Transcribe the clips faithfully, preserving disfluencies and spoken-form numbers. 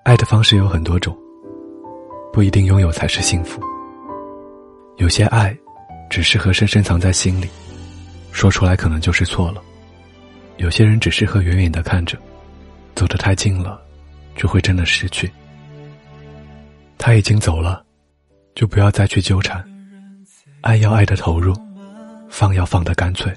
爱的方式有很多种，不一定拥有才是幸福。有些爱只适合深深藏在心里，说出来可能就是错了。有些人只适合远远地看着，走得太近了就会真的失去。他已经走了，就不要再去纠缠。爱要爱的投入，放要放得干脆。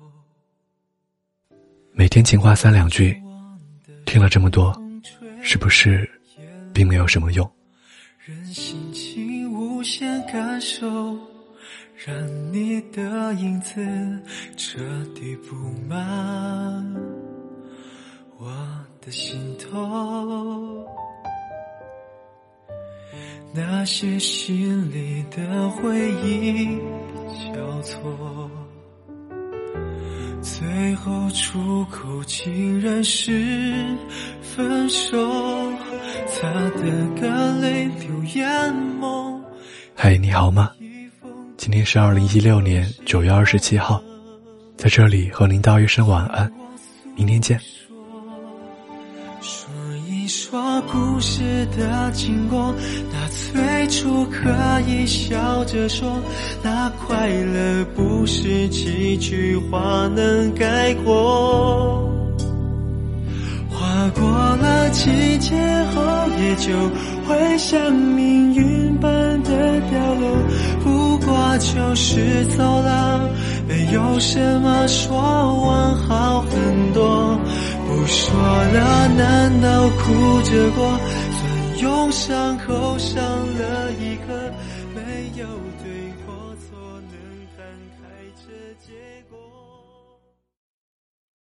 每天情话三两句，听了这么多，是不是并没有什么用？ 任心情无限感受，让你的影子彻底布满我的心头。那些心里的回忆交错，最后出口竟然是分手，擦的干泪流眼眸。 嘿，你好吗？今天是二零一六年九月二十七号，在这里和您道一声晚安，明天见。 说一说故事的经过，那最初可以笑着说，那快乐不是几句话能概括。划过了季节后，也就会像命运般的掉落，不过就是走了，没有什么说完好很多。不说了，难道哭着过，算用伤口伤了一颗没有